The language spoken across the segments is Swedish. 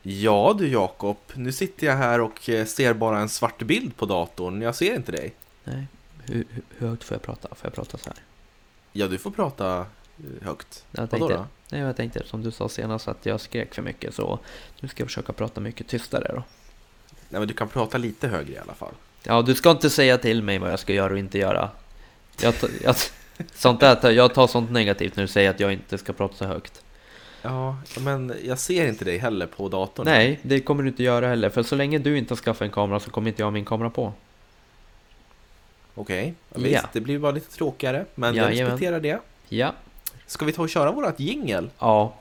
Ja du Jakob, nu sitter jag här och ser bara en svart bild på datorn. Jag ser inte dig. Nej, hur högt får jag prata? Får jag prata så här? Ja, du får prata högt. Jag tänkte som du sa senast att jag skrek för mycket, så nu ska jag försöka prata mycket tystare då. Nej, men du kan prata lite högre i alla fall. Ja, du ska inte säga till mig vad jag ska göra och inte göra. Jag tar sånt negativt när du säger att jag inte ska prata så högt. Ja, men jag ser inte dig heller på datorn. Nej, det kommer du inte göra heller. För så länge du inte har skaffat en kamera så kommer inte jag ha min kamera på. Okej, visst, det blir bara lite tråkigare. Men jag respekterar det. Ja. Ska vi ta och köra vårat jingle? Ja.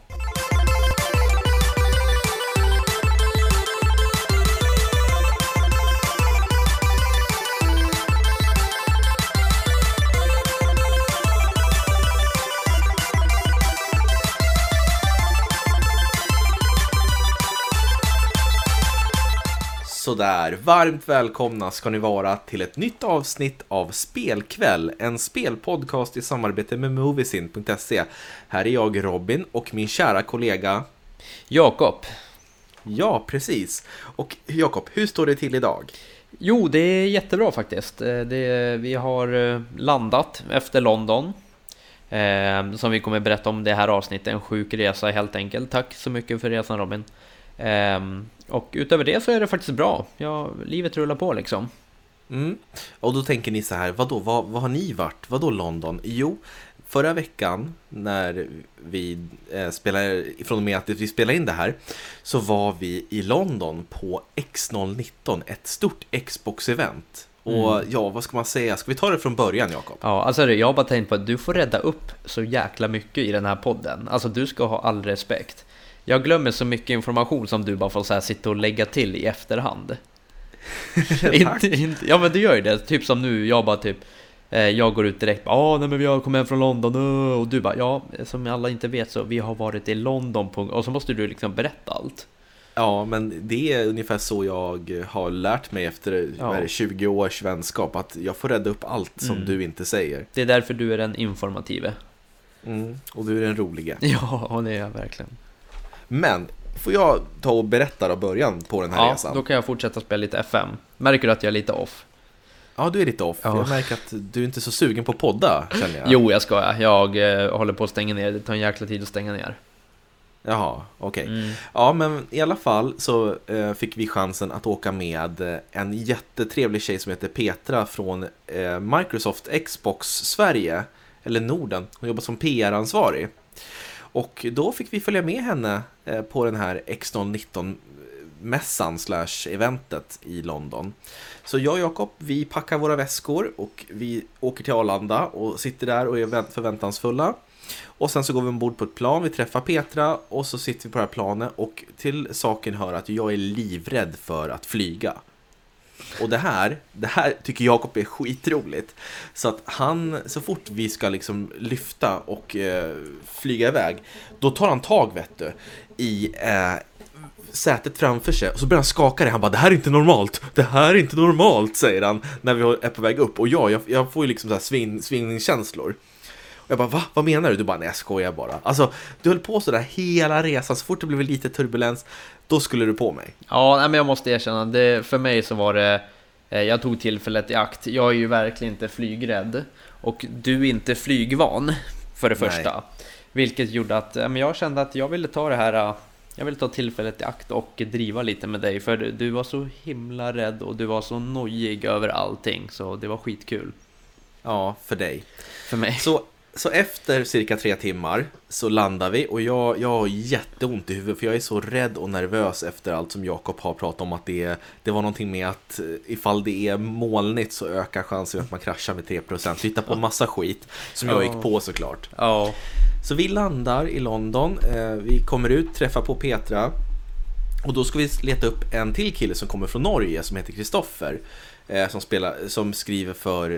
Sådär, varmt välkomna ska ni vara till ett nytt avsnitt av Spelkväll, en spelpodcast i samarbete med Moviesin.se. Här är jag Robin och min kära kollega Jakob. Ja, precis. Och Jakob, hur står det till idag? Jo, det är jättebra faktiskt. Vi har landat efter London. Som vi kommer berätta om det här avsnittet. En sjuk resa helt enkelt. Tack så mycket för resan, Robin. Och utöver det så är det faktiskt bra. Ja, livet rullar på liksom. Och då tänker ni så här, vad har ni varit? Vadå London? Jo, förra veckan när vi från och med att vi spelade in det här, så var vi i London på X019, ett stort Xbox-event. Och ja, vad ska man säga? Ska vi ta det från början, Jakob? Ja, alltså jag har bara tänkt på att du får rädda upp så jäkla mycket i den här podden. Alltså du ska ha all respekt. Jag glömmer så mycket information som du bara får så här sitta och lägga till i efterhand. Ja, men du gör ju det. Typ som nu, jag bara typ jag går ut direkt. Nej, men vi har kommit hem från London. Och du bara, ja, som alla inte vet så vi har varit i London och så måste du liksom berätta allt. Ja, men det är ungefär så jag har lärt mig efter 20 års vänskap, att jag får rädda upp allt som du inte säger. Det är därför du är den informative. Och du är den roliga. Ja, och det är jag verkligen. Men får jag ta och berätta då början på den här resan? Ja, då kan jag fortsätta spela lite FM. Märker du att jag är lite off? Ja, du är lite off. Jag märker att du är inte så sugen på att podda, känner jag. Jo, jag ska. Jag håller på att stänga ner. Det tar en jäkla tid att stänga ner. Jaha, okej. Ja, men i alla fall så fick vi chansen att åka med en jättetrevlig tjej som heter Petra från Microsoft Xbox Sverige, eller Norden. Hon jobbar som PR-ansvarig. Och då fick vi följa med henne på den här X019-mässan /eventet i London. Så jag och Jakob, vi packar våra väskor och vi åker till Arlanda och sitter där och är förväntansfulla. Och sen så går vi ombord på ett plan, vi träffar Petra och så sitter vi på det här planet. Och till saken hör att jag är livrädd för att flyga. Och det här tycker Jakob är skitroligt. Så att så fort vi ska liksom lyfta och flyga iväg, då tar han tag, vet du, i sätet framför sig. Och så börjar han skaka det. Han bara, det här är inte normalt. Det här är inte normalt, säger han när vi är på väg upp. Och jag får ju liksom så här svingningskänslor. Och jag bara, va? Vad menar du? Du bara, nej, jag skojar bara. Alltså, du höll på sådär hela resan. Så fort det blev lite turbulens, då skulle du på mig. Ja, men jag måste erkänna, för mig så var det, jag tog tillfället i akt. Jag är ju verkligen inte flygrädd. Och du är inte flygvan, för det första. Vilket gjorde att jag kände att jag ville ta det här. Jag ville ta tillfället i akt och driva lite med dig. För du var så himla rädd och du var så nojig över allting. Så det var skitkul. Ja, för dig. För mig. Så efter cirka 3 timmar så landar vi och jag har jätteont i huvudet, för jag är så rädd och nervös efter allt som Jakob har pratat om, att det var någonting med att ifall det är molnigt så ökar chansen att man kraschar med 3%. Titta på massa skit som jag gick på såklart. Ja. Så vi landar i London, vi kommer ut, träffar på Petra och då ska vi leta upp en till kille som kommer från Norge som heter Kristoffer. Som skriver för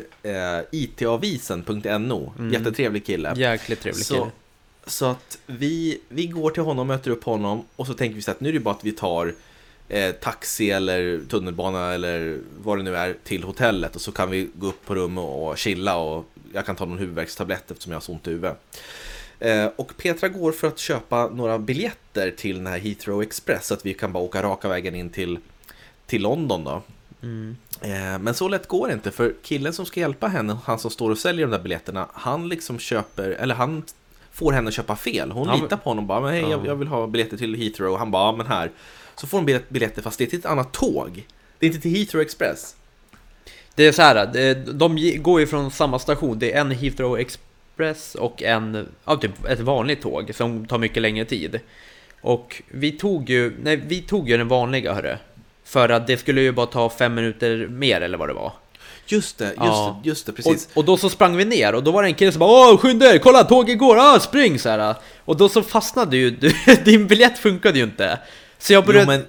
itavisen.no. Jättetrevlig kille. Jäkligt trevlig kille. Så att vi går till honom, möter upp honom och så tänker vi så att nu är det bara att vi tar taxi eller tunnelbana eller vad det nu är till hotellet, och så kan vi gå upp på rum och chilla, och jag kan ta någon huvudvärkstablett eftersom jag har så ont i huvudet. Och Petra går för att köpa några biljetter till den här Heathrow Express så att vi kan bara åka raka vägen in till London då. Men så lätt går det inte, för killen som ska hjälpa henne, han som står och säljer de där biljetterna, han liksom han får henne att köpa fel. Hon litar på honom bara, men hej, jag vill ha biljetter till Heathrow. Och han bara, men här. Så får hon biljetter fast det är till ett annat tåg. Det är inte till Heathrow Express. Det är så här, de går ju från samma station. Det är en Heathrow Express och typ ett vanligt tåg som tar mycket längre tid. Och vi tog ju den vanliga, hörru. För att det skulle ju bara ta 5 minuter mer eller vad det var. Just det, precis. Och då så sprang vi ner och då var det en kille som bara, skynda er, kolla, tåget går, spring, så här. Och då så fastnade ju din biljett funkade ju inte. Så jag började...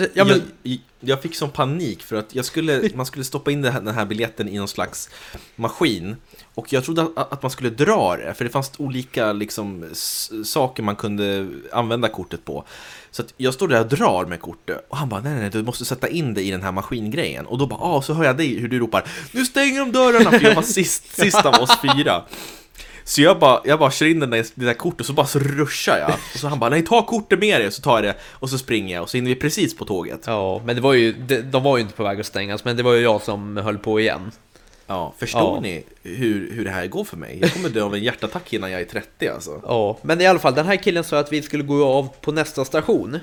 Jag fick sån panik för att man skulle stoppa in den här biljetten i någon slags maskin. Och jag trodde att man skulle dra det, för det fanns olika liksom, saker man kunde använda kortet på. Så att jag står där och drar med kortet. Och han bara, nej, du måste sätta in det i den här maskingrejen. Och då bara, så hör jag dig hur du ropar, nu stänger de dörrarna, för jag var sist av oss 4. Så jag bara kör in det där kortet och så bara så ruschar jag. Och så han bara, nej, ta kortet med dig. Och så tar jag det och så springer jag. Och så hinner vi precis på tåget. Ja, men det var ju, de var ju inte på väg att stängas. Men det var ju jag som höll på igen. Ja, förstår ni hur det här går för mig? Jag kommer dö av en hjärtattack innan jag är 30 alltså. Ja, men i alla fall, den här killen sa att vi skulle gå av på nästa station.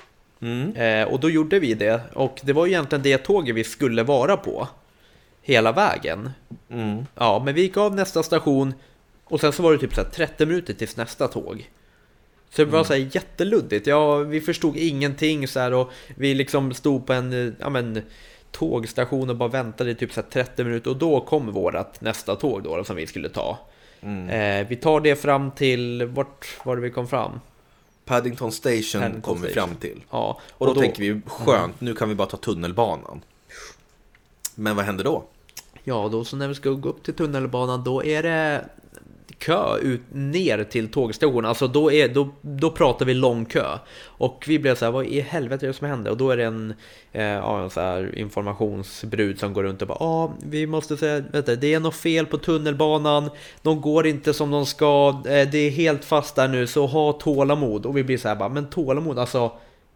Och då gjorde vi det. Och det var ju egentligen det tåget vi skulle vara på hela vägen. Ja, men vi gick av nästa station. Och sen så var det typ så här 30 minuter tills nästa tåg. Så det var så här jätteluddigt. Ja, vi förstod ingenting så här, och vi liksom stod på en tågstation och bara väntade i typ så här 30 minuter. Och då kom vårat nästa tåg då som vi skulle ta. Vi tar det fram till, vart var det vi kom fram? Paddington Station kom vi fram till. Ja, och då tänker vi, skönt, nu kan vi bara ta tunnelbanan. Men vad händer då? Ja, då så när vi ska gå upp till tunnelbanan, då är det kö ner till tågstationen. Alltså då pratar vi lång kö. Och vi blev så här, vad i helvete är det som händer? Och då är det en så här informationsbrud som går runt och bara, vi måste säga, det är något fel på tunnelbanan. De går inte som de ska. Det är helt fast där nu, så ha tålamod. Och vi blir så här, bara, men tålamod, alltså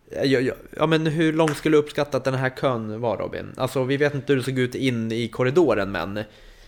ja, men hur lång skulle du uppskatta att den här kön var, Robin? Alltså vi vet inte hur det såg ut in i korridoren, men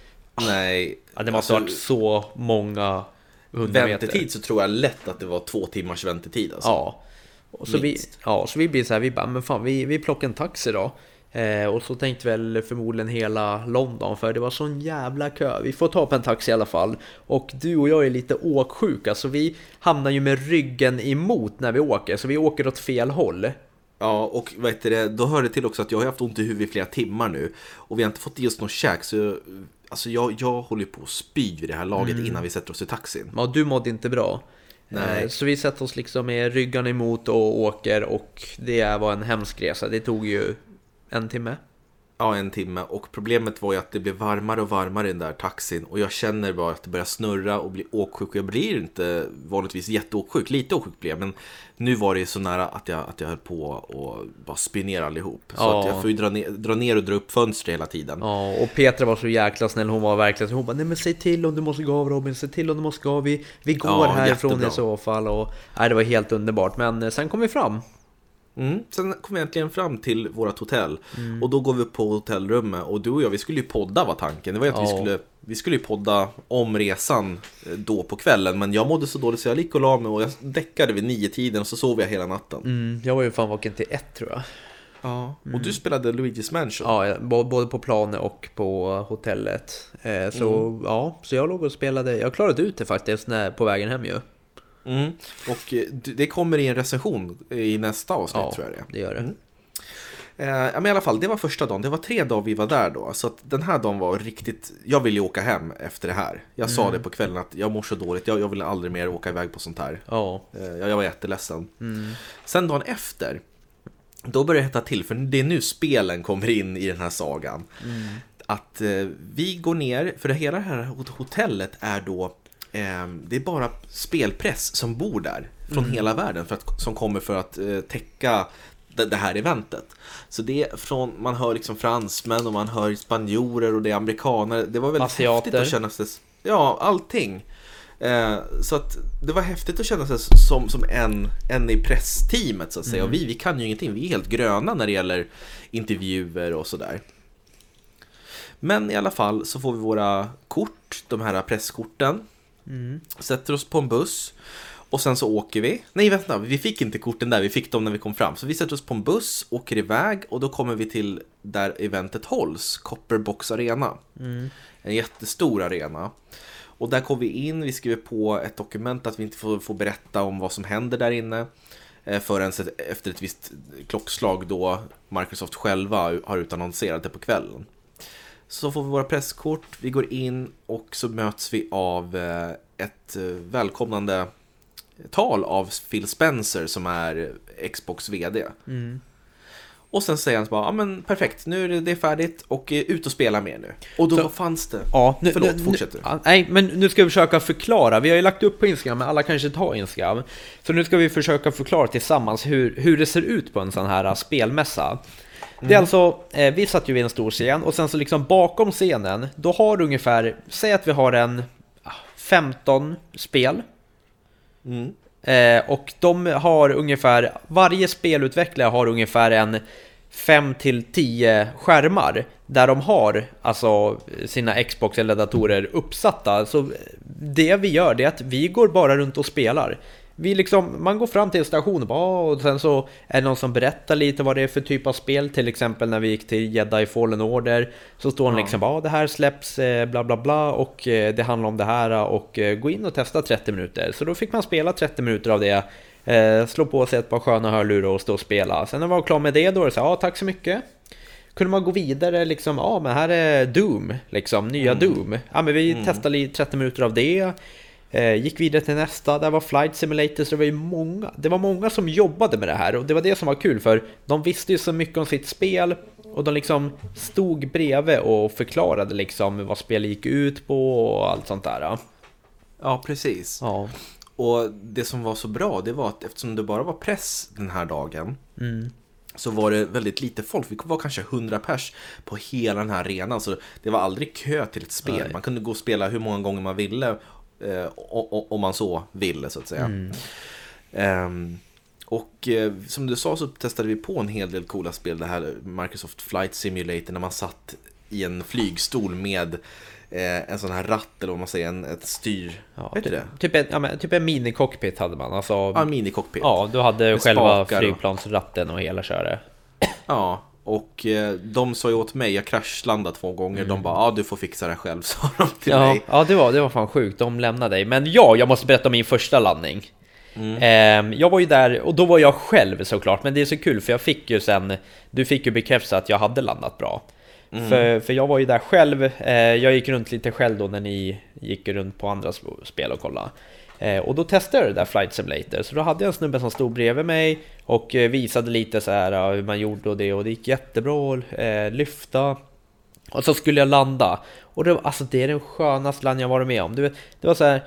nej, ja, det måste ha varit så många 100 meter. Väntetid så tror jag lätt att det var 2 timmars väntetid alltså. Ja. Och så vi blir så här, vi bara, men fan, vi plockar en taxi då. Och så tänkte väl förmodligen hela London, för det var sån jävla kö. Vi får ta på en taxi i alla fall. Och du och jag är lite åksjuka, så vi hamnar ju med ryggen emot när vi åker. Så vi åker åt fel håll. Ja, och vet du, då hör det till också att jag har haft ont i huvudet i flera timmar nu. Och vi har inte fått i oss någon käk, så alltså jag håller på att spy vid det här laget innan vi sätter oss i taxin. Ja, du mådde inte bra. Nej. Så vi sätter oss liksom med ryggen emot och åker, och det var en hemsk resa. Det tog ju 1 timme. Ja, 1 timme. Och problemet var ju att det blev varmare och varmare i den där taxin. Och jag känner bara att det börjar snurra och bli åksjuk. Jag blir inte vanligtvis jätteåksjuk. Lite åksjuk blev jag. Men nu var det så nära att jag höll på och bara spy ner allihop. Så att jag får ju dra ner och dra upp fönster hela tiden. Ja, och Petra var så jäkla snäll. Hon var verkligen så. Hon bara, nej men säg till om du måste gå av, Robin. Säg till om du måste gå av. Vi går härifrån jättebra. I så fall. Och, nej, det var helt underbart. Men sen kom vi fram. Sen kom vi äntligen fram till vårt hotell. Och då går vi upp på hotellrummet. Och du och jag, vi skulle ju podda, var tanken. Det var ju att vi skulle ju podda om resan då på kvällen. Men jag mådde så dåligt så jag gick och la mig. Och jag däckade vid 9-tiden och så sov jag hela natten. Jag var ju fan vaken till 1, tror jag. Ja, och du spelade Luigi's Mansion. Ja, både på planen och på hotellet. Så jag låg och spelade. Jag klarade ut det faktiskt på vägen hem ju. Och det kommer i en recension i nästa avsnitt, tror jag det gör det. Men i alla fall, det var första dagen. Det var 3 dagar vi var där då. Så att den här dagen var riktigt... Jag ville åka hem efter det här. Jag sa det på kvällen att jag mår så dåligt. Jag vill aldrig mer åka iväg på sånt här. Jag var jätteledsen. Sen dagen efter, då började det hetta till. För det är nu spelen kommer in i den här sagan. Att vi går ner, för hela det här hotellet är då... det är bara spelpress som bor där från hela världen som kommer för att täcka det här eventet. Så det är från, man hör liksom fransmän och man hör spanjorer och det är amerikaner. Det var väldigt häftigt att känna sig, allting. Så att det var häftigt att känna sig som en i pressteamet så att säga. Och vi kan ju ingenting, vi är helt gröna när det gäller intervjuer och sådär. Men i alla fall så får vi våra kort, de här presskorten, sätter oss på en buss och sen så åker vi. Nej vänta, vi fick inte korten där, vi fick dem när vi kom fram. Så vi sätter oss på en buss, åker iväg och då kommer vi till där eventet hålls, Copperbox Arena. En jättestor arena. Och där kom vi in, vi skriver på ett dokument att vi inte får berätta om vad som händer där inne förrän efter ett visst klockslag då Microsoft själva har utannonserat det på kvällen. Så får vi våra presskort, vi går in och så möts vi av ett välkomnande tal av Phil Spencer som är Xbox vd. Och sen säger han bara, ja men perfekt, nu är det färdigt och ut och spela mer nu. Och då vad fanns det? Ja, förlåt, fortsätter du? Nej, men nu ska vi försöka förklara. Vi har ju lagt upp på Instagram, men alla kanske inte har Instagram. Så nu ska vi försöka förklara tillsammans hur det ser ut på en sån här spelmässa. Det är alltså, vi satt ju vid en stor scen och sen så liksom bakom scenen, då har du ungefär, säg att vi har en 15 spel. Och de har ungefär, varje spelutvecklare har ungefär en 5-10 skärmar där de har alltså sina Xbox eller datorer uppsatta. Så det vi gör det är att vi går bara runt och spelar. Vi liksom, man går fram till en station och sen så är det någon som berättar lite vad det är för typ av spel. Till exempel när vi gick till Jedi Fallen Order så står det liksom, det här släpps bla bla bla och det handlar om det här och gå in och testa 30 minuter. Så då fick man spela 30 minuter av det, slå på sig ett par sköna hörlurar och stå och spela. Sen när man var klar med det då är det så tack så mycket. Kunde man gå vidare liksom, men här är Doom liksom, nya Doom. Ja men vi testade 30 minuter av det. Gick vidare till nästa, där var Flight Simulator, så det var många som jobbade med det här och det var det som var kul för de visste ju så mycket om sitt spel och de liksom stod bredvid och förklarade liksom vad spelet gick ut på och allt sånt där. Ja, precis. Ja. Och det som var så bra, det var att eftersom det bara var press den här dagen så var det väldigt lite folk. Vi var kanske 100 pers på hela den här arenan, så det var aldrig kö till ett spel. Nej. Man kunde gå och spela hur många gånger man ville om man så ville så att säga. Och som du sa så testade vi på en hel del coola spel. Det här Microsoft Flight Simulator när man satt i en flygstol med en sån här ratt eller vad man säger, ett styr. Ja, vet du det? Typ en mini-cockpit hade man. Alltså, ja, en mini-cockpit. Ja, du hade själva flygplansratten och hela köret. Ja, och de sa ju åt mig, jag kraschlandade 2 gånger. De bara, du får fixa det själv, sa de till mig. Ja, det var fan sjukt, de lämnade dig. Men jag måste berätta om min första landning. Jag var ju där, och då var jag själv såklart. Men det är så kul, för jag fick ju sen, du fick ju bekräfta att jag hade landat bra. För jag var ju där själv. Jag gick runt lite själv då när ni gick runt på andra spel och kolla. Och då testade jag det där Flight Simulator. Så då hade jag en snubbe som stod bredvid mig och visade lite så här hur man gjorde och det gick jättebra att lyfta. Och så skulle jag landa. Och det är den skönaste land jag varit med om. Du vet, det var så här,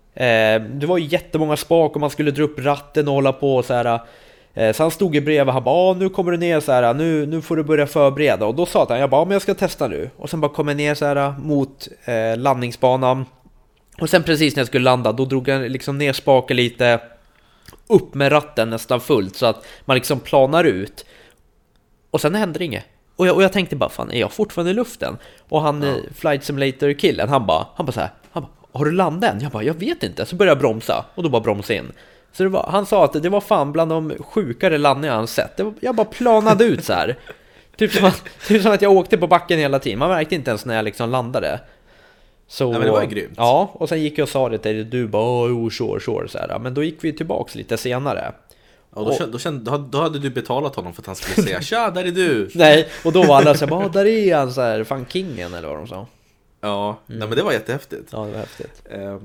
det var jättemånga spak och man skulle dra upp ratten och hålla på och så här. Så han stod i bredvid och han bara, nu kommer du ner så här, nu får du börja förbereda. Och då sa han, men jag ska testa nu. Och sen bara kom jag ner så här mot landningsbanan. Och sen precis när jag skulle landa, då drog jag liksom ner spaken lite, upp med ratten nästan fullt så att man liksom planar ut. Och sen hände det inget. Och jag tänkte bara, fan, är jag fortfarande i luften? Och han, Flight Simulator-killen, han bara så här, har du landat än? Jag bara, jag vet inte. Så började jag bromsa, och då bara bromsa in. Så han sa att det var fan bland de sjukare landningar han sett. Jag bara planade ut så här. typ som att jag åkte på backen hela tiden. Man märkte inte ens när jag liksom landade. Så, men det var ju grymt. Ja, och sen gick jag och sa det till du bara, sure så här. Men då gick vi tillbaks lite senare. Ja, då hade du betalat honom för att han skulle säga, tja, där är du. Nej, och då var alla så här, där är han så här, fan kingen eller vad de sa. Ja, nej, men det var jättehäftigt. Ja, det var häftigt.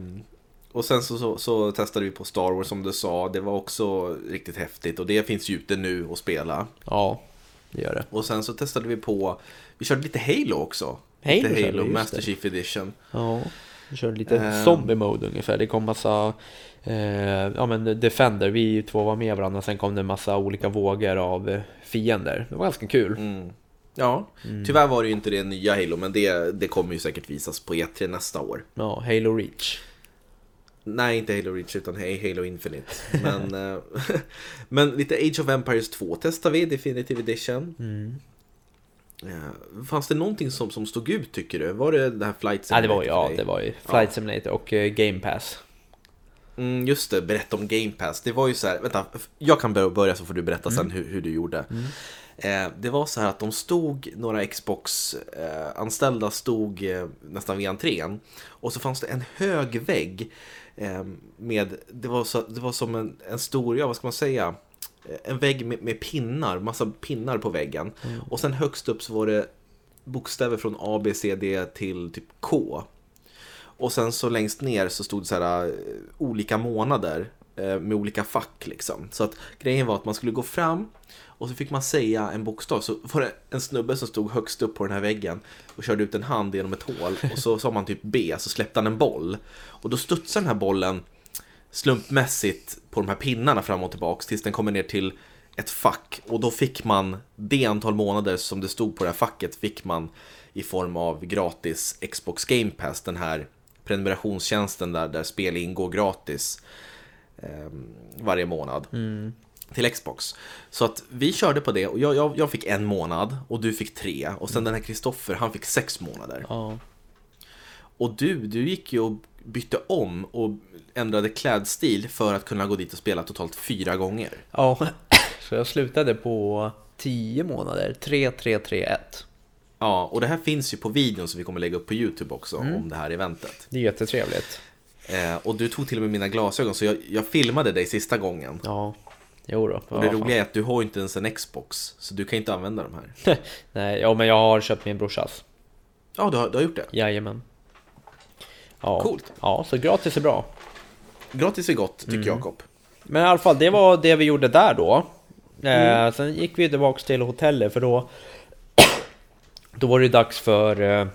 Och sen så testade vi på Star Wars som du sa. Det var också riktigt häftigt. Och det finns ju ute nu att spela. Ja, det gör det. Och sen så testade vi körde lite Halo också. Halo Master Chief Edition. Ja, vi körde lite zombie mode ungefär. Det kom massa Defender, vi 2 var med varandra. Sen kom det en massa olika vågor av fiender. Det var ganska kul. Ja, tyvärr var det ju inte det nya Halo. Men det kommer ju säkert visas på E3 nästa år. Ja, Halo Reach. Nej, inte Halo Reach utan Halo Infinite. Men lite Age of Empires 2 testar vi, Definitive Edition. Fanns det någonting som stod ut tycker du? Var det här Flight Simulator? Det var ju Flight Simulator och Game Pass. Just det, berätta om Game Pass. Det var ju så här, vänta, jag kan börja så får du berätta sen hur du gjorde. Det var så här att de stod, några Xbox-anställda stod nästan vid entrén. Och så fanns det en hög vägg det var som en stor, vad ska man säga, en vägg med pinnar, massa pinnar på väggen. Och sen högst upp så var det bokstäver från A, B, C, D till typ K. Och sen så längst ner så stod det så här olika månader med olika fack liksom. Så att grejen var att man skulle gå fram och så fick man säga en bokstav. Så var det en snubbe som stod högst upp på den här väggen och körde ut en hand genom ett hål. Och så sa man typ B, så släppte han en boll. Och då studsade den här bollen slumpmässigt på de här pinnarna fram och tillbaks tills den kommer ner till ett fack. Och då fick man det antal månader som det stod på det här facket fick man i form av gratis Xbox Game Pass, den här prenumerationstjänsten där spel ingår gratis varje månad till Xbox. Så att vi körde på det och jag fick 1 månad och du fick 3 och sen den här Kristoffer, han fick 6 månader. Och du gick ju och bytte om och ändrade klädstil för att kunna gå dit och spela totalt 4 gånger. Ja, så jag slutade på 10 månader, 3-3-3-1. Ja, och det här finns ju på videon som vi kommer lägga upp på YouTube också om det här eventet. Det är jättetrevligt. Och du tog till och med mina glasögon så jag filmade dig sista gången. Ja, jo då. Och det roliga är att du har inte ens en Xbox så du kan inte använda de här. Nej, men jag har köpt min brorsas. Ja, du har gjort det? Jajamän. Ja. Coolt. Ja, så gratis är bra. Gratis är gott, tycker Jakob. Men i alla fall, det var det vi gjorde där då. Sen gick vi tillbaka till hotellet för då var det dags för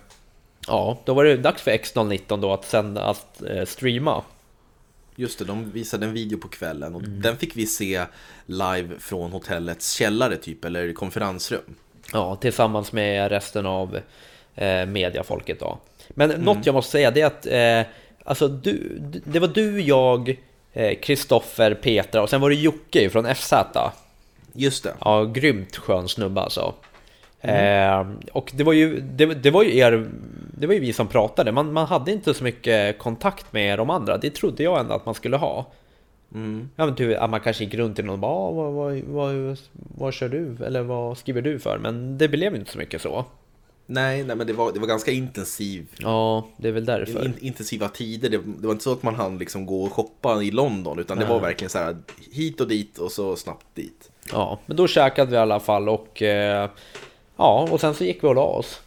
X019 då att streama. Just det, de visade en video på kvällen och den fick vi se live från hotellets källare typ, eller konferensrum. Ja, tillsammans med resten av mediafolket då. Men något jag måste säga det är att alltså det var du, jag, Kristoffer, Petra och sen var det Jocke från FZ. Just det. Ja, grymt skön snubbe alltså. Och det var ju vi som pratade. Man hade inte så mycket kontakt med de andra. Det trodde jag ändå att man skulle ha. Ja, men typ, att man kanske gick runt till någon och bara, vad kör du? Eller vad skriver du för? Men det blev inte så mycket så. Nej, men det var ganska intensiv. Ja, det är väl därför. Intensiva tider. Det var inte så att man hann liksom gå och shoppa i London, utan det var verkligen så här hit och dit och så snabbt dit. Ja, men då käkade vi i alla fall och och sen så gick vi och la oss.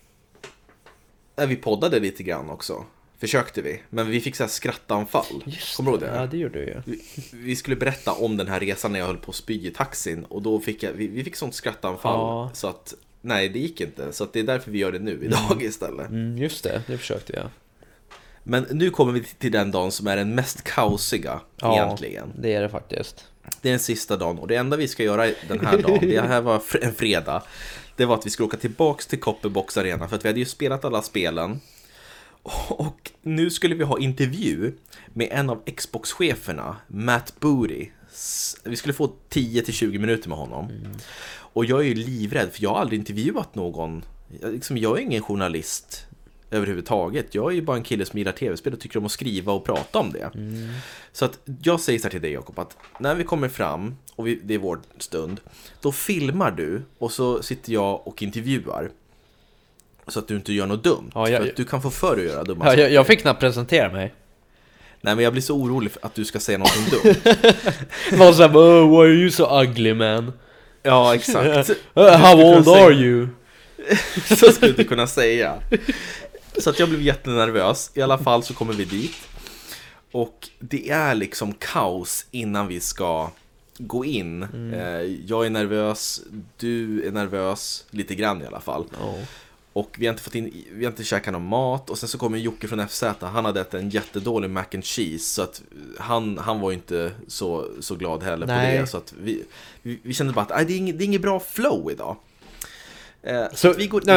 Vi poddade lite grann också. Försökte vi, men vi fick så här skrattanfall. Kommer du ihåg det? Ja, det gjorde vi ju. Vi skulle berätta om den här resan när jag höll på att spy i taxin och då fick vi fick sånt skrattanfall så att nej, det gick inte. Så att det är därför vi gör det nu idag istället. Just det försökte jag. Men nu kommer vi till den dagen som är den mest kaosiga egentligen. Det är det faktiskt. Det är den sista dagen och det enda vi ska göra den här dagen, det här var en fredag, det var att vi skulle åka tillbaks till Copperbox Arena för att vi hade ju spelat alla spelen. Och nu skulle vi ha intervju med en av Xbox-cheferna, Matt Booty. Vi skulle få 10-20 minuter med honom. Och jag är ju livrädd för jag har aldrig intervjuat någon. Jag är ingen journalist överhuvudtaget. Jag är ju bara en kille som gillar tv-spel och tycker om att skriva och prata om det. Så att jag säger så här till dig, Jakob, att när vi kommer fram och det är vår stund, då filmar du och så sitter jag och intervjuar. Så att du inte gör något dumt. För att du kan få för att göra dumma saker. Jag fick knappt presentera mig. Nej, men jag blir så orolig för att du ska säga någonting dumt. Man säger, oh, why are you so ugly, man? Ja, exakt. How old are you? Så skulle du kunna säga. Så att jag blev jättenervös. I alla fall så kommer vi dit. Och det är liksom kaos innan vi ska gå in. Jag är nervös, du är nervös, lite grann i alla fall. Och vi har inte käkat någon mat. Och sen så kommer Jocke från FZ. Han hade ätit en jättedålig mac and cheese. Så att han var ju inte så glad heller på det. Så att vi kände bara att det är inget bra flow idag. Så vi går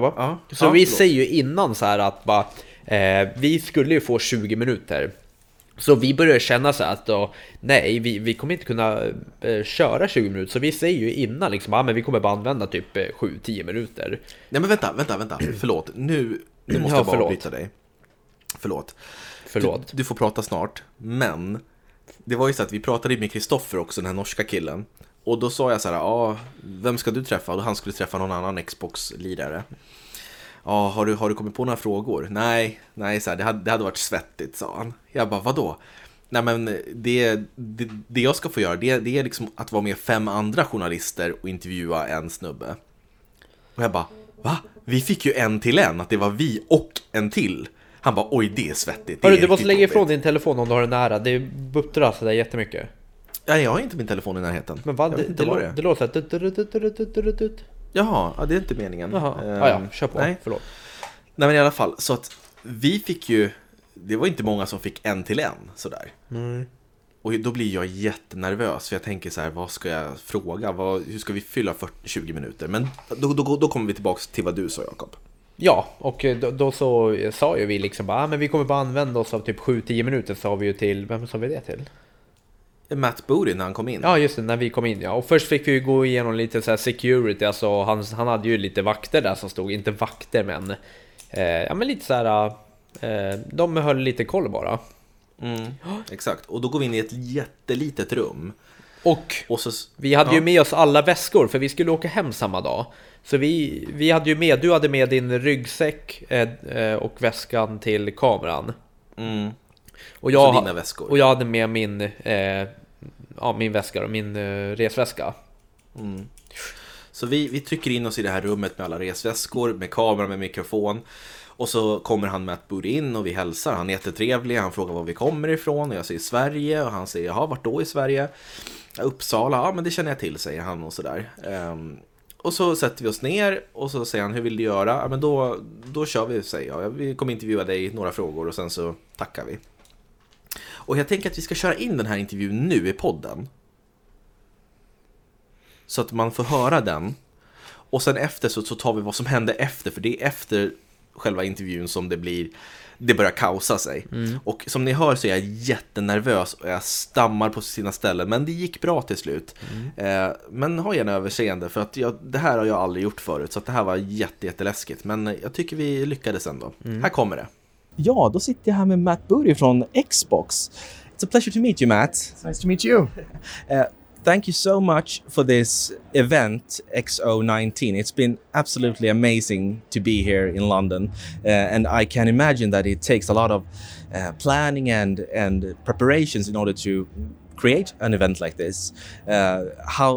in. Vi säger ju innan så här att vi skulle ju få 20 minuter. Så vi börjar känna så att då, nej, vi kommer inte kunna köra 20 minuter. Så vi säger ju innan liksom, men vi kommer bara använda typ 7-10 minuter. Nej men vänta, förlåt. Nu måste jag bara avbryta dig. Förlåt. Du får prata snart, men det var ju så att vi pratade med Kristoffer också, den här norska killen. Och då sa jag så här, vem ska du träffa? Och han skulle träffa någon annan Xbox-lirare. Ja, har du kommit på några frågor? Nej, så här, det hade varit svettigt, sa han. Jag bara, vadå? Nej men det jag ska få göra, det är liksom att vara med 5 andra journalister och intervjua en snubbe. Och jag bara, va? Vi fick ju en till en, att det var vi och en till. Han bara, oj det är svettigt. Du måste lägga ifrån din telefon om du har den nära. Det buttrar så där jättemycket. Ja, jag har inte min telefon i närheten. Men vad? Det låter så här. Jaha, det är inte meningen. Ja, kör på. Nej. Förlåt. Nej men i alla fall, så att vi fick ju, det var inte många som fick en till en sådär. Och då blir jag jättenervös, för jag tänker så här, vad ska jag fråga? Hur ska vi fylla 20 minuter? Men då kommer vi tillbaka till vad du sa, Jakob. Ja, och då så sa ju vi liksom bara, men vi kommer bara använda oss av typ 7-10 minuter, sa vi ju till, vem sa vi det till? Matt Booty när han kom in. Ja just det, när vi kom in, ja. Och först fick vi gå igenom lite så här security, alltså han hade ju lite vakter där som stod, inte vakter men men lite så här, de höll lite koll bara. Exakt, och då går vi in i ett jättelitet rum. Och så, vi hade ju med oss alla väskor, för vi skulle åka hem samma dag. Så vi hade ju med, du hade med din ryggsäck och väskan till kameran. Och dina väskor. Och jag hade med min väska och min resväska. Så vi trycker in oss i det här rummet med alla resväskor, med kamera, med mikrofon. Och så kommer han Matt Booty in och vi hälsar. Han är jättetrevlig, han frågar var vi kommer ifrån. Och jag säger Sverige och han säger, jaha, vart då i Sverige? Uppsala, ja men det känner jag till, säger han och sådär. Och så sätter vi oss ner och så säger han, hur vill du göra? Ja men då kör vi, säger jag. Vi kommer intervjua dig några frågor och sen så tackar vi. Och jag tänker att vi ska köra in den här intervjun nu i podden. Så att man får höra den. Och sen efter så tar vi vad som hände efter. För det är efter själva intervjun som det börjar kaosa sig. Och som ni hör så är jag jättenervös och jag stammar på sina ställen. Men det gick bra till slut. Men ha gärna överseende, för att det här har jag aldrig gjort förut. Så att det här var jätteläskigt. Men jag tycker vi lyckades ändå. Här kommer det. Ja, då sitter jag här med Matt Booty från Xbox. It's a pleasure to meet you, Matt. It's nice to meet you. Thank you so much for this event, XO19. It's been absolutely amazing to be here in London. And I can imagine that it takes a lot of planning and preparations in order to create an event like this. How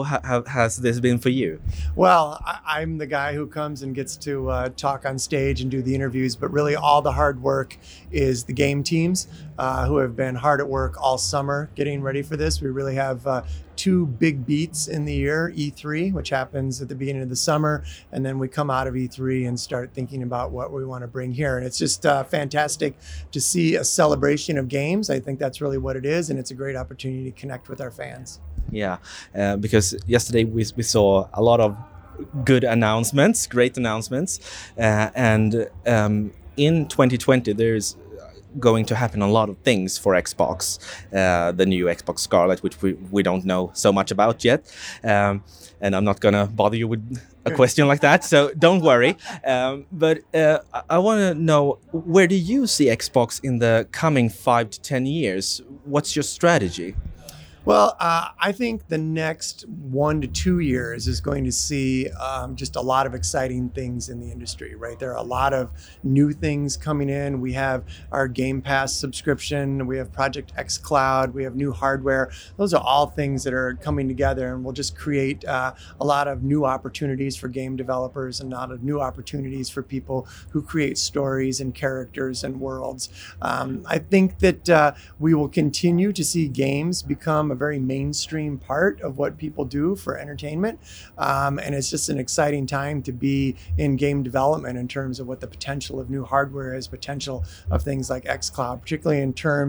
has this been for you? Well, I'm the guy who comes and gets to talk on stage and do the interviews, but really all the hard work is the game teams who have been hard at work all summer getting ready for this. We really have 2 big beats in the year, E3, which happens at the beginning of the summer, and then we come out of E3 and start thinking about what we want to bring here. And it's just fantastic to see a celebration of games. I think that's really what it is, and it's a great opportunity to connect with our fans. Yeah, because yesterday we saw a lot of good announcements, great announcements, and in 2020 there's going to happen a lot of things for Xbox, the new Xbox Scarlet, which we don't know so much about yet, and I'm not gonna bother you with a question like that, so don't worry. But I want to know, where do you see Xbox in the coming 5 to 10 years? What's your strategy? Well, I think the next 1 to 2 years is going to see just a lot of exciting things in the industry, right? There are a lot of new things coming in. We have our Game Pass subscription. We have Project X Cloud. We have new hardware. Those are all things that are coming together and will just create a lot of new opportunities for game developers and a lot of new opportunities for people who create stories and characters and worlds. I think that we will continue to see games become a very mainstream part of what people do for entertainment. And it's just an exciting time to be in game development in terms of what the potential of new hardware is, potential of things like xCloud, particularly in terms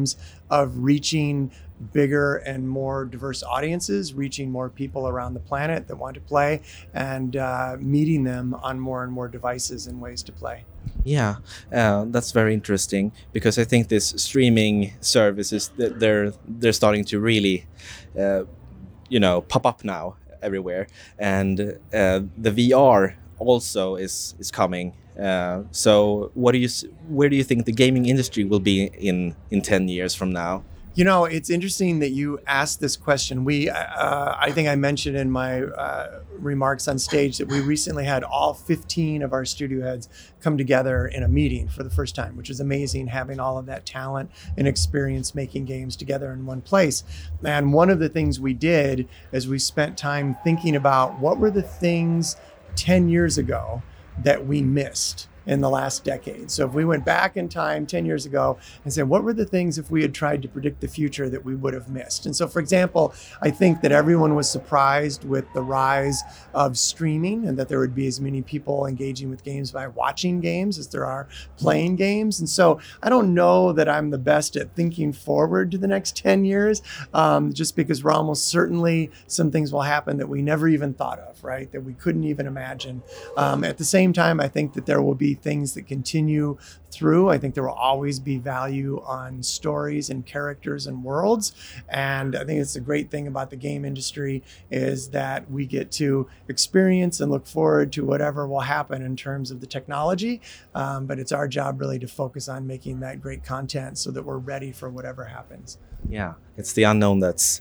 of reaching bigger and more diverse audiences, reaching more people around the planet that want to play, and meeting them on more and more devices and ways to play. Yeah, that's very interesting, because I think this streaming services, they're starting to really, pop up now everywhere, and the VR also is coming. So where do you think the gaming industry will be in 10 years from now? You know, it's interesting that you asked this question. I think I mentioned in my remarks on stage that we recently had all 15 of our studio heads come together in a meeting for the first time, which is amazing, having all of that talent and experience making games together in one place. And one of the things we did is we spent time thinking about what were the things 10 years ago that we missed in the last decade. So if we went back in time 10 years ago and said, what were the things if we had tried to predict the future that we would have missed? And so, for example, I think that everyone was surprised with the rise of streaming, and that there would be as many people engaging with games by watching games as there are playing games. And so I don't know that I'm the best at thinking forward to the next 10 years, just because we're almost certainly some things will happen that we never even thought of, right? That we couldn't even imagine. At the same time, I think that there will be things that continue through. I think there will always be value on stories and characters and worlds. And I think it's a great thing about the game industry is that we get to experience and look forward to whatever will happen in terms of the technology. But it's our job really to focus on making that great content so that we're ready for whatever happens. Yeah, it's the unknown that's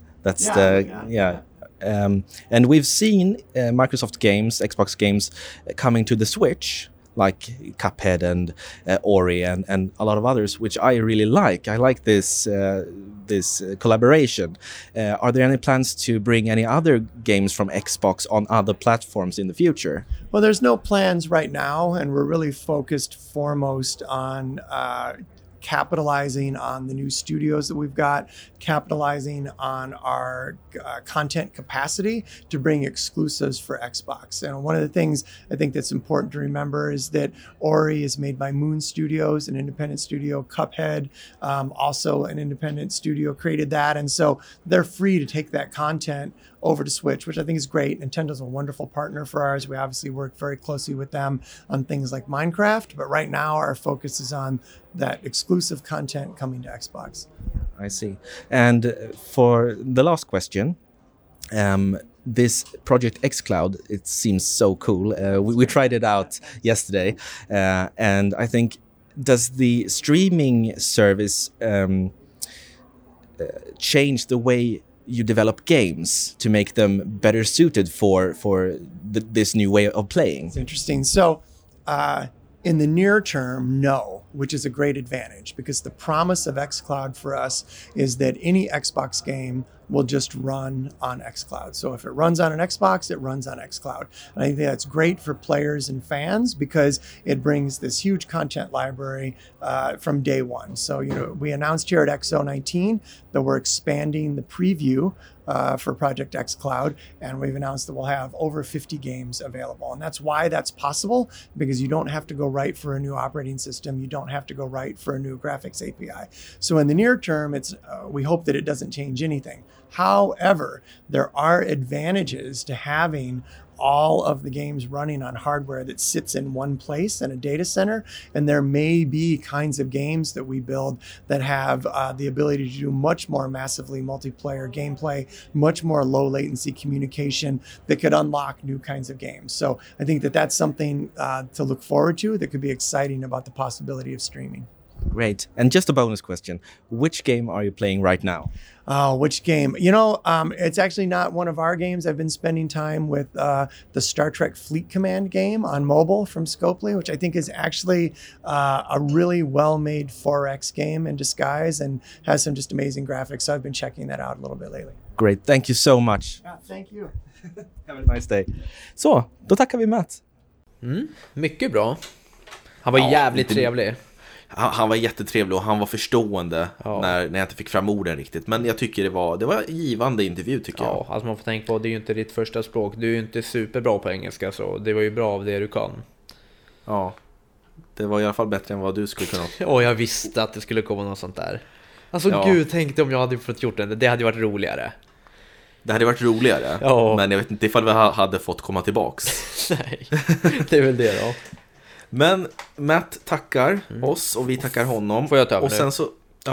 and we've seen Microsoft games, Xbox games coming to the Switch, like Cuphead and Ori and a lot of others, which I really like. I like this collaboration. Are there any plans to bring any other games from Xbox on other platforms in the future? Well, there's no plans right now, and we're really focused foremost on capitalizing on the new studios that we've got, capitalizing on our content capacity to bring exclusives for Xbox. And one of the things I think that's important to remember is that Ori is made by Moon Studios, an independent studio. Cuphead, also an independent studio, created that. And so they're free to take that content over to Switch, which I think is great. Nintendo's a wonderful partner for ours. We obviously work very closely with them on things like Minecraft, but right now our focus is on that exclusive content coming to Xbox. I see. And for the last question, this Project xCloud, it seems so cool. We tried it out yesterday, and I think, does the streaming service change the way you develop games to make them better suited for this new way of playing? It's interesting. So in the near term, no, which is a great advantage, because the promise of xCloud for us is that any Xbox game will just run on xCloud. So if it runs on an Xbox, it runs on xCloud. And I think that's great for players and fans because it brings this huge content library from day one. So, we announced here at XO19 that we're expanding the preview for Project xCloud, and we've announced that we'll have over 50 games available. And that's why that's possible, because you don't have to go write for a new operating system. You don't have to go write for a new graphics API. So in the near term, we hope that it doesn't change anything. However, there are advantages to having all of the games running on hardware that sits in one place in a data center. And there may be kinds of games that we build that have the ability to do much more massively multiplayer gameplay, much more low latency communication that could unlock new kinds of games. So I think that that's something to look forward to that could be exciting about the possibility of streaming. Great. And just a bonus question. Which game are you playing right now? Which game? It's actually not one of our games. I've been spending time with the Star Trek Fleet Command game on mobile from Scopely, which I think is actually a really well-made 4X game in disguise and has some just amazing graphics. So I've been checking that out a little bit lately. Great. Thank you so much. Yeah, thank you. Have a nice day. Så, då tackar vi Matt. Mycket bra. Han var jävligt trevlig. Han var jättetrevlig och han var förstående när jag inte fick fram orden riktigt. Men jag tycker det var en givande intervju, tycker jag. Ja, alltså man får tänka på, det är ju inte ditt första språk. Du är ju inte superbra på engelska, så det var ju bra av det du kan. Ja, det var i alla fall bättre än vad du skulle kunna. Och jag visste att det skulle komma något sånt där. Alltså gud, tänkte om jag hade fått gjort det hade varit roligare. Det hade varit roligare, men jag vet inte ifall vi hade fått komma tillbaks. Nej, det är väl det då. Men Matt tackar oss och vi tackar honom. Får jag ta över och sen så,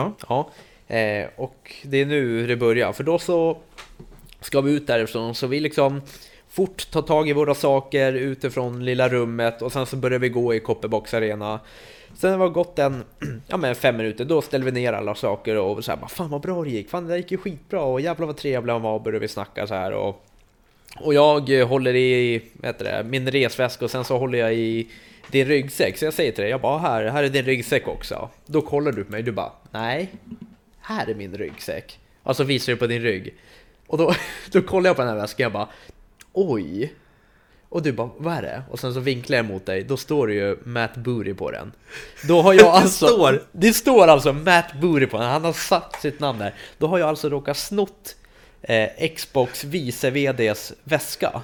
och det är nu det börjar. För då så ska vi ut därifrån. Så vi liksom fort tar tag i våra saker utifrån lilla rummet. Och sen så börjar vi gå i Copperbox Arena. Sen det var gått 5 minuter. Då ställde vi ner alla saker och så här, fan vad bra det gick. Fan det gick ju skitbra och jävlar vad trevliga han var. Började vi snacka så här och jag håller i min resväska och sen så håller jag i din ryggsäck. Så jag säger till dig, jag bara här är din ryggsäck också. Då kollar du på mig, du bara, nej, här är min ryggsäck. Och så visar du på din rygg. Och då kollar jag på den här väskan, jag bara, oj. Och du bara, vad är det? Och sen så vinklar jag mot dig, då står det ju Matt Booty på den. Då har jag alltså, det står alltså Matt Booty på den, han har satt sitt namn där. Då har jag alltså råkat snott Xbox vice VDs väska.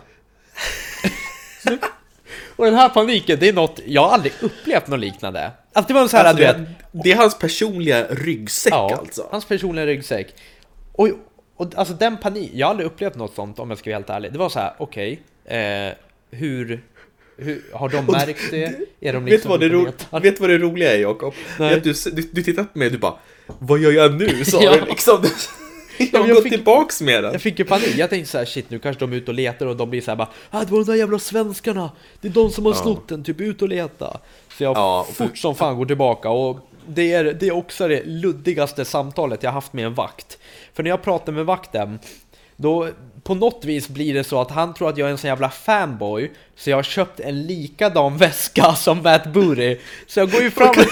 Och den här paniken, det är något jag har aldrig upplevt något liknande. Alltså det var så här, alltså, du vet, det är hans personliga ryggsäck alltså. Hans personliga ryggsäck. Och alltså den panik, jag har aldrig upplevt något sånt om jag ska vara helt ärlig. Det var så här, okej, hur har de märkt det? Är de liksom vet vad det roliga är, Jakob? Du tittar på mig och du bara, vad gör jag nu? Så du liksom jag har gått tillbaks med den. Jag fick ju panik, jag tänkte så här, shit, nu kanske de är ute och letar och de blir så här bara, det var de där jävla svenskarna, det är de som har snott den, typ ut och leta. Så jag fort som fan går tillbaka och det är också det luddigaste samtalet jag haft med en vakt. För när jag pratar med vakten, då på något vis blir det så att han tror att jag är en sån jävla fanboy, så jag har köpt en likadan väska som Matt Booty. Så jag går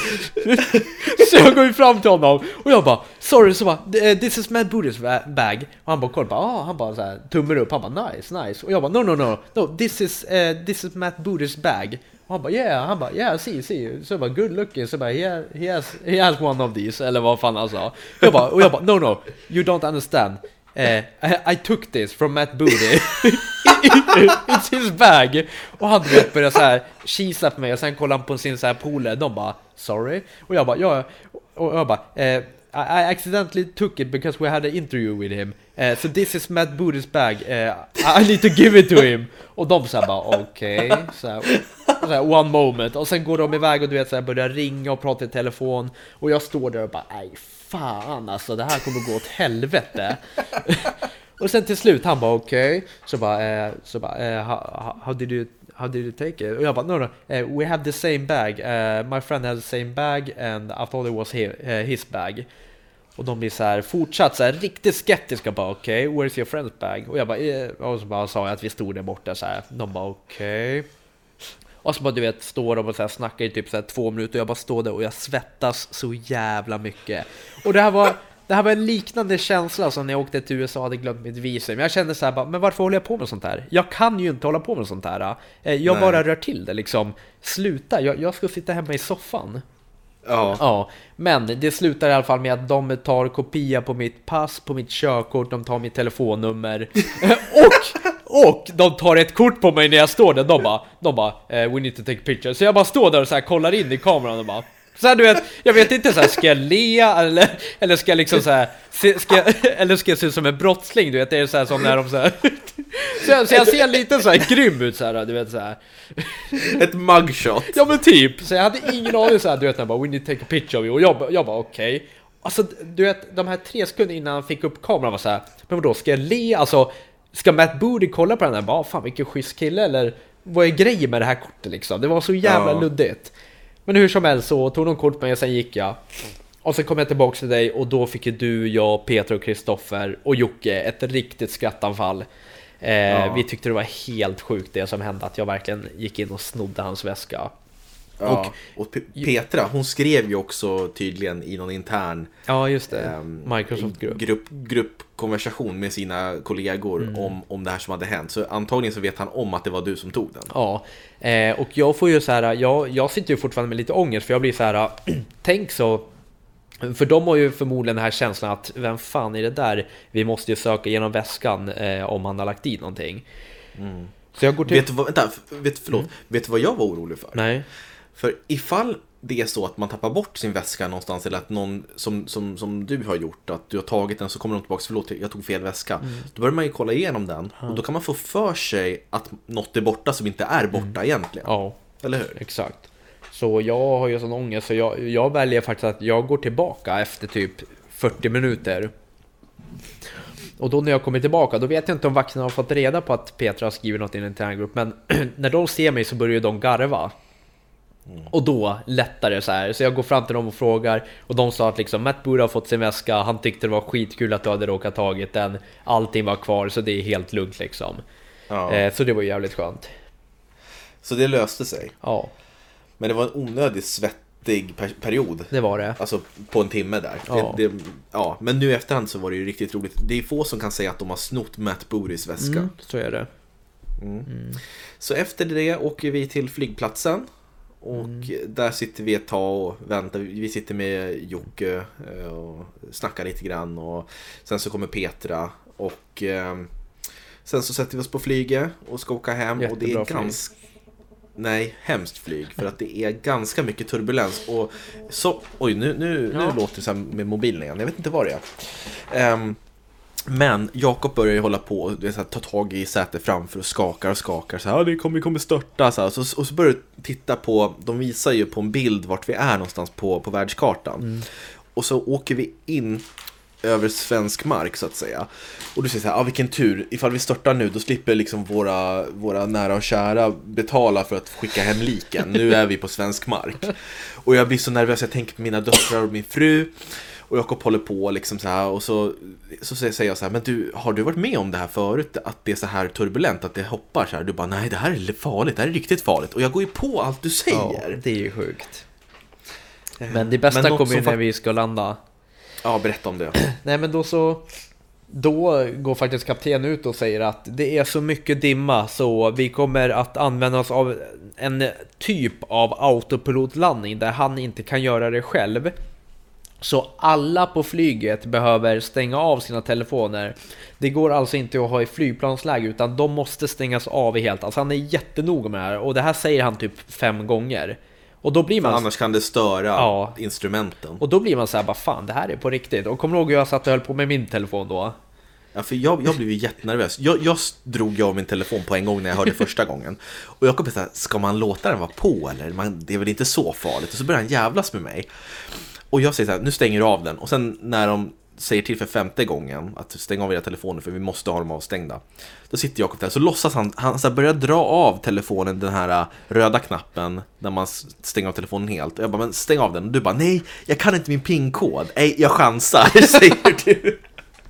ju fram till honom och jag bara, sorry, så bara, this is Matt Booty's bag. Och han bara kollar, han bara så här tummar upp, han bara nice. Och jag bara no, this is Matt Booty's bag. Och han bara yeah, see. Så jag bara, good looking. Så jag bara, he has one of these, eller vad fan han sa. Jag bara, no, you don't understand. I took this from Matt Booty. It's his bag. Och han började så här kisa på mig och sen kollade han på sin så här polare. De bara, sorry. Och jag bara, I accidentally took it because we had an interview with him. So this is Matt Booty's bag. I need to give it to him. Och de så här bara, okej. Så här, one moment. Och sen går de iväg och du vet så här, börjar ringa och prata i telefon. Och jag står där och bara, nej fan alltså, det här kommer gå åt helvete. Och sen till slut han bara okej. Så bara how did you take it? Och jag bara no, we have the same bag. My friend has the same bag and I thought it was his bag. Och de blir så här fortsatt så här riktigt skeptiska, bara okej, where's your friend's bag? Och jag bara och så bara sa jag att vi stod där borta så här. De bara okej. Och så bara du vet, står de och så här snackar i typ så här 2 minuter och jag bara står där och jag svettas så jävla mycket. Och det här var en liknande känsla som när jag åkte till USA och hade glömt mitt visum. Men jag kände så här bara, men varför håller jag på med sånt här? Jag kan ju inte hålla på med sånt här. Jag bara rör till det liksom. Sluta, jag ska sitta hemma i soffan. Ja, men det slutar i alla fall med att de tar kopia på mitt pass, på mitt körkort, de tar mitt telefonnummer och de tar ett kort på mig när jag står där. De bara we need to take pictures. Så jag bara står där och så här kollar in i kameran och bara så här, du vet, jag vet inte så här, ska jag le eller ska jag liksom så här eller ska jag se ut som en brottsling, du vet, det är så här som när de så här så jag ser lite så här grym ut så här, du vet så här. Ett mugshot. Ja men typ. Så jag hade ingen aning så här, du vet, jag bara we need to take a picture of you. Och jag bara okej. Alltså du vet, de här 3 sekunder innan han fick upp kameran var så här, men då ska jag le, alltså ska Matt Booty kolla på den här, bara fan vilken schysst kille, eller vad är grejen med det här kortet liksom? Det var så jävla luddigt. Men hur som helst så tog de kort på mig och sen gick jag. Och sen kom jag tillbaka till dig och då fick ju du, jag, Peter och Kristoffer och Jocke ett riktigt skrattanfall. Vi tyckte det var helt sjukt det som hände, att jag verkligen gick in och snodde hans väska. Ja, och Petra, hon skrev ju också tydligen i någon intern just det. gruppkonversation med sina kollegor om det här som hade hänt. Så antagligen så vet han om att det var du som tog den. Ja, och jag får ju så här, jag sitter ju fortfarande med lite ångest, för jag blir så här, tänk så. För de har ju förmodligen den här känslan att vem fan är det där? Vi måste ju söka genom väskan om han har lagt i någonting. Så jag går till... Vet du vad jag var orolig för? Nej. För ifall det är så att man tappar bort sin väska någonstans, eller att någon som du har gjort, att du har tagit den så kommer de tillbaka, förlåt jag tog fel väska. Då börjar man ju kolla igenom den och då kan man få för sig att något är borta som inte är borta egentligen. Ja, eller hur? Exakt. Så jag har ju sån ångest så jag väljer faktiskt att jag går tillbaka efter typ 40 minuter. Och då när jag kommer tillbaka, då vet jag inte om vakterna har fått reda på att Petra har skrivit något i en interngrupp, men när de ser mig så börjar de garva. Och då lättar det så här. Så jag går fram till dem och frågar, och de sa att liksom Matt Booth har fått sin väska, han tyckte det var skitkul att du hade råkat tagit den, allting var kvar, så det är helt lugnt liksom. Ja. Så det var jävligt skönt. Så det löste sig. Ja. Men det var en onödigt svettig period. Det var det. Alltså på en timme där. Ja. Men nu i efterhand så var det ju riktigt roligt. Det är få som kan säga att de har snott Matt Booths väska. Så är det. Så efter det åker vi till flygplatsen. Och där sitter vi ett tag och väntar. Vi sitter med Jocke och snackar lite grann. Och sen så kommer Petra. Och sen så sätter vi oss på flyget och ska åka hem. Jättebra och det är ganska... Nej, hemskt flyg. För att det är ganska mycket turbulens. Och så, oj, nu låter det så här med mobilen igen. Jag vet inte vad det är. Men Jakob börjar ju hålla på och ta tag i sätet framför och skakar. Så här, vi kommer störta. Och så börjar du titta på, de visar ju på en bild vart vi är någonstans på världskartan. Och så åker vi in över svensk mark så att säga. Och du säger så här, vilken tur, ifall vi störtar nu då slipper liksom våra nära och kära betala för att skicka hem liken. Nu är vi på svensk mark. Och jag blir så nervös, jag tänker på mina döttrar och min fru. Och Jakob håller på liksom så här. Och så säger jag så här, men har du varit med om det här förut? Att det är så här turbulent, att det hoppar så här? Du bara, nej det här är farligt, det här är riktigt farligt. Och jag går ju på allt du säger. Ja, det är ju sjukt. Men det bästa kommer ju när vi ska landa. Ja, berätta om det. Nej, men då går faktiskt kapten ut och säger att det är så mycket dimma så vi kommer att använda oss av en typ av autopilotlandning där han inte kan göra det själv. Så alla på flyget behöver stänga av sina telefoner. Det går alltså inte att ha i flygplansläge utan de måste stängas av helt. Alltså han är jättenoga med det här och det här säger han typ 5 gånger. Och då blir man... Annars kan det störa instrumenten. Och då blir man så här, bara fan, det här är på riktigt. Och kommer du ihåg hur jag satt och höll på med min telefon då? Ja, för jag blev ju jättenervös. Jag drog av min telefon på en gång när jag hörde första gången. Och jag kom på så här, ska man låta den vara på eller? Det är väl inte så farligt. Och så börjar han jävlas med mig. Och jag säger så här, nu stänger du av den. Och sen när de säger till för 5:e gången att stänga av era telefoner för vi måste ha dem avstängda. Då sitter Jakob där, så låtsas han så börjar dra av telefonen, den här röda knappen när man stänger av telefonen helt. Och jag bara, men stäng av den. Och du bara, nej, jag kan inte min PIN-kod. Nej, jag chansar, säger du.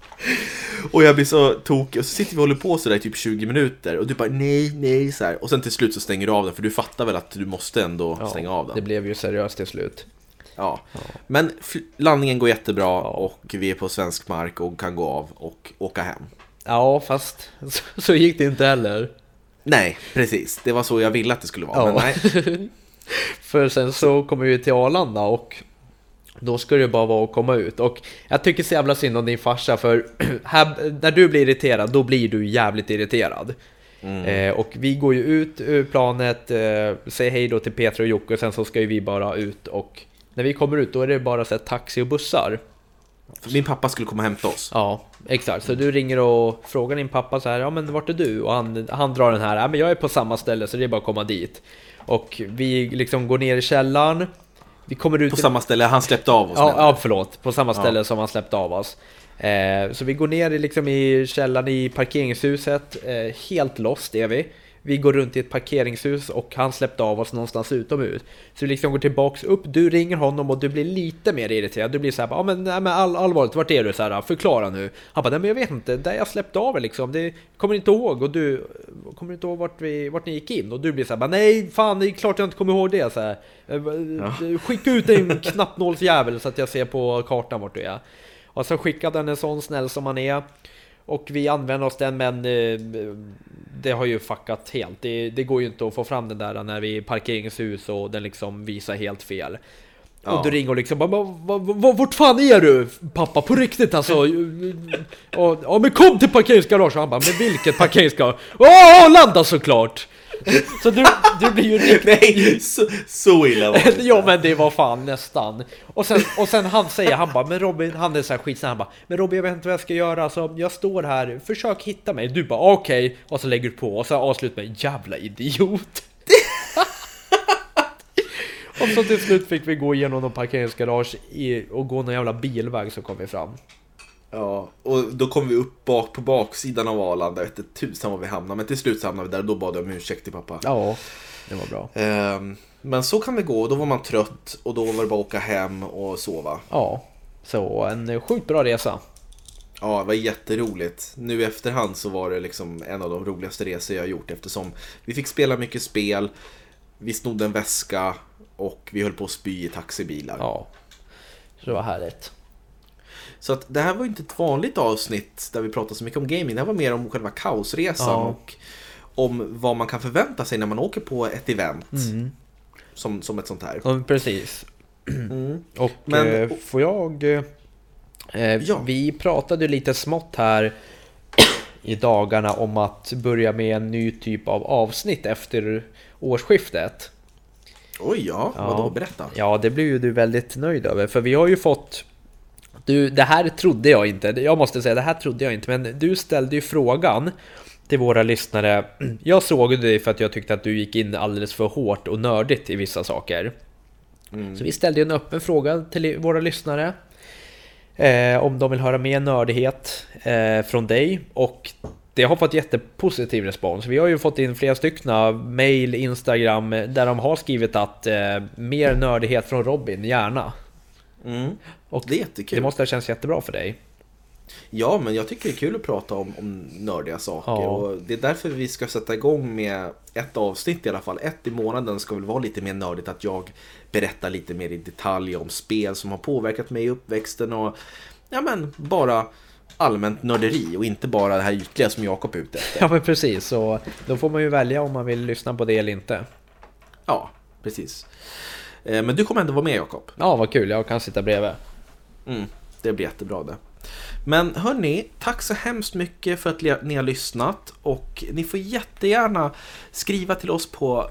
Och jag blir så tokig. Och så sitter vi och håller på så där i typ 20 minuter. Och du bara, nej, så här. Och sen till slut så stänger du av den, för du fattar väl att du måste ändå stänga av den. Det blev ju seriöst till slut. Ja, men landningen går jättebra och vi är på svensk mark och kan gå av och åka hem. Ja, fast så gick det inte heller. Nej, precis. Det var så jag ville att det skulle vara, men nej. För sen så kommer vi till Arlanda och då ska det bara vara att komma ut. Och jag tycker så jävla synd om din farsa, för här, när du blir irriterad, då blir du jävligt irriterad. Och vi går ju ut ur planet, säger hej då till Petra och Jocke, och sen så ska ju vi bara ut. Och när vi kommer ut, då är det bara så här, taxi och bussar. Min pappa skulle komma och hämta oss. Ja, exakt. Så du ringer och frågar din pappa så här, ja men vart är du? Och han drar den här, ja men jag är på samma ställe så det är bara att komma dit. Och vi liksom går ner i källaren. Vi kommer ut på samma ställe han släppte av oss. Ja, förlåt. På samma ställe som han släppte av oss. Så vi går ner liksom i källaren i parkeringshuset. Helt lost är vi. Vi går runt i ett parkeringshus och han släppte av oss någonstans utomhus. Så vi liksom går tillbaks upp, du ringer honom och du blir lite mer irriterad. Du blir så här, ja men allvarligt, vart är du? Så här, förklara nu. Han bara, nej men jag vet inte, där jag släppte av er liksom. Det kommer inte ihåg, och du kommer inte ihåg vart ni gick in. Och du blir så här, nej fan, det är klart jag inte kommer ihåg det. Så här, skicka ut en knappnålsjävel så att jag ser på kartan vart du är. Och så skickade han en sån snäll som han är. Och vi använder oss den, men det har ju fuckat helt. Det går ju inte att få fram den där när vi är i parkeringshus och den liksom visar helt fel. Ja. Och du ringer och liksom vart fan är du, pappa, på riktigt alltså? Och men kom till parkeringsgarage. Och han bara, men vilket parkeringsgarage? Landa såklart. Så du blir ju riktigt... Nej, så illa var det. Ja, men det var fan nästan. Och sen han säger, han bara, men Robin, han är så här skitsnabb, han bara, men Robin, jag vet inte vad jag ska göra, alltså, jag står här, försök hitta mig. Du bara, okej. Och så lägger du på, och så avslutar med, jävla idiot. Och så till slut fick vi gå igenom någon parkeringsgarage och gå någon jävla bilväg, så kom vi fram. Ja, och då kom vi upp på baksidan av Arlanda. Jag vet inte tusan var vi hamnade, men till slut hamnade vi där och då bad jag om ursäkt till pappa. Ja, det var bra. Men så kan det gå, då var man trött och då var det bara att åka hem och sova. Ja, så en sjukt bra resa. Ja, det var jätteroligt. Nu i efterhand så var det liksom en av de roligaste resor jag har gjort, eftersom vi fick spela mycket spel, vi snodde en väska och vi höll på att spy i taxibilar. Ja, så det var härligt. Så att det här var inte ett vanligt avsnitt där vi pratade så mycket om gaming. Det här var mer om själva kaosresan och om vad man kan förvänta sig när man åker på ett event som ett sånt här. Ja, precis. Och får jag... Vi pratade lite smått här i dagarna om att börja med en ny typ av avsnitt efter årsskiftet. Oj, ja. Vadå? Berätta. Ja, det blir ju du väldigt nöjd över. För vi har ju fått... det här trodde jag inte. Jag måste säga, det här trodde jag inte. Men du ställde ju frågan till våra lyssnare. Jag såg dig för att jag tyckte att du gick in alldeles för hårt och nördigt i vissa saker. Så vi ställde en öppen fråga till våra lyssnare. Om de vill höra mer nördighet från dig. Och det har fått jättepositiv respons. Vi har ju fått in flera stycken mail, Instagram, där de har skrivit att mer nördighet från Robin, gärna. Och det är jättekul. Det måste ha känts jättebra för dig. Ja, men jag tycker det är kul att prata om nördiga saker. Ja. Och det är därför vi ska sätta igång med ett avsnitt i alla fall. Ett i månaden ska väl vara lite mer nördigt, att jag berättar lite mer i detalj om spel som har påverkat mig i uppväxten och ja, men bara allmänt nörderi och inte bara det här ytliga som Jakob är ute efter. Ja, men precis. Så då får man ju välja om man vill lyssna på det eller inte. Ja, precis. Men du kommer ändå vara med, Jakob. Ja, vad kul. Jag kan sitta bredvid. Det blir jättebra det. Men hörni, tack så hemskt mycket för att ni har lyssnat. Och ni får jättegärna skriva till oss på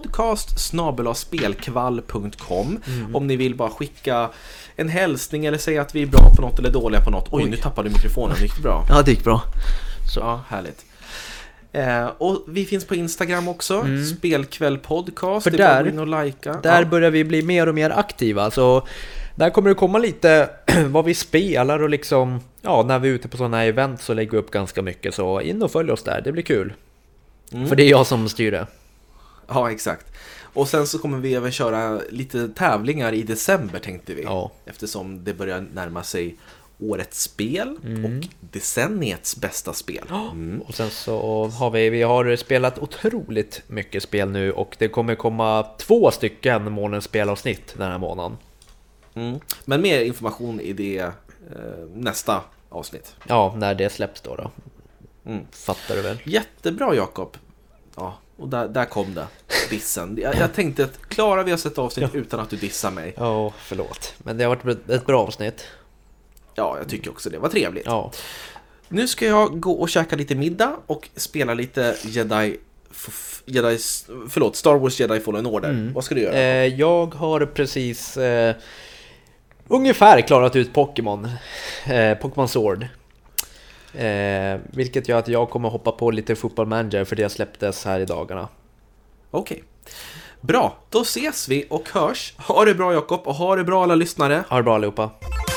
podcast@spelkvall.com om ni vill bara skicka en hälsning eller säga att vi är bra på något eller dåliga på något. Oj, nu tappade du mikrofonen. Det gick bra. Ja, det gick bra. Så. Ja, härligt. Och vi finns på Instagram också, Spelkväll podcast. För det där, in och likea. Där börjar vi bli mer och mer aktiva. Så där kommer det komma lite vad vi spelar och liksom, ja, när vi är ute på sådana här event så lägger vi upp ganska mycket. Så in och följ oss där, det blir kul. För det är jag som styr det. Ja, exakt. Och sen så kommer vi även köra lite tävlingar i december, tänkte vi. Ja. Eftersom det börjar närma sig årets spel och decenniets bästa spel. Och sen så har vi har spelat otroligt mycket spel nu och det kommer komma 2 stycken månadens spelavsnitt den här månaden. Men mer information i det nästa avsnitt. Ja, när det släpps då. Fattar du väl? Jättebra, Jakob. Ja, och där kom det. Dissen. Jag tänkte att klarar vi oss ett avsnitt utan att du dissar mig? Ja, förlåt. Men det har varit ett bra avsnitt. Ja, jag tycker också det var trevligt. Ja. Nu ska jag gå och käka lite middag och spela lite Star Wars Jedi Fallen Order. Vad ska du göra? Jag har precis ungefär klarat ut Pokémon Sword. Vilket gör att jag kommer hoppa på lite Football Manager för det släpptes här i dagarna. Okej. Bra, då ses vi och hörs. Ha det bra, Jakob, och ha det bra alla lyssnare. Ha det bra allihopa.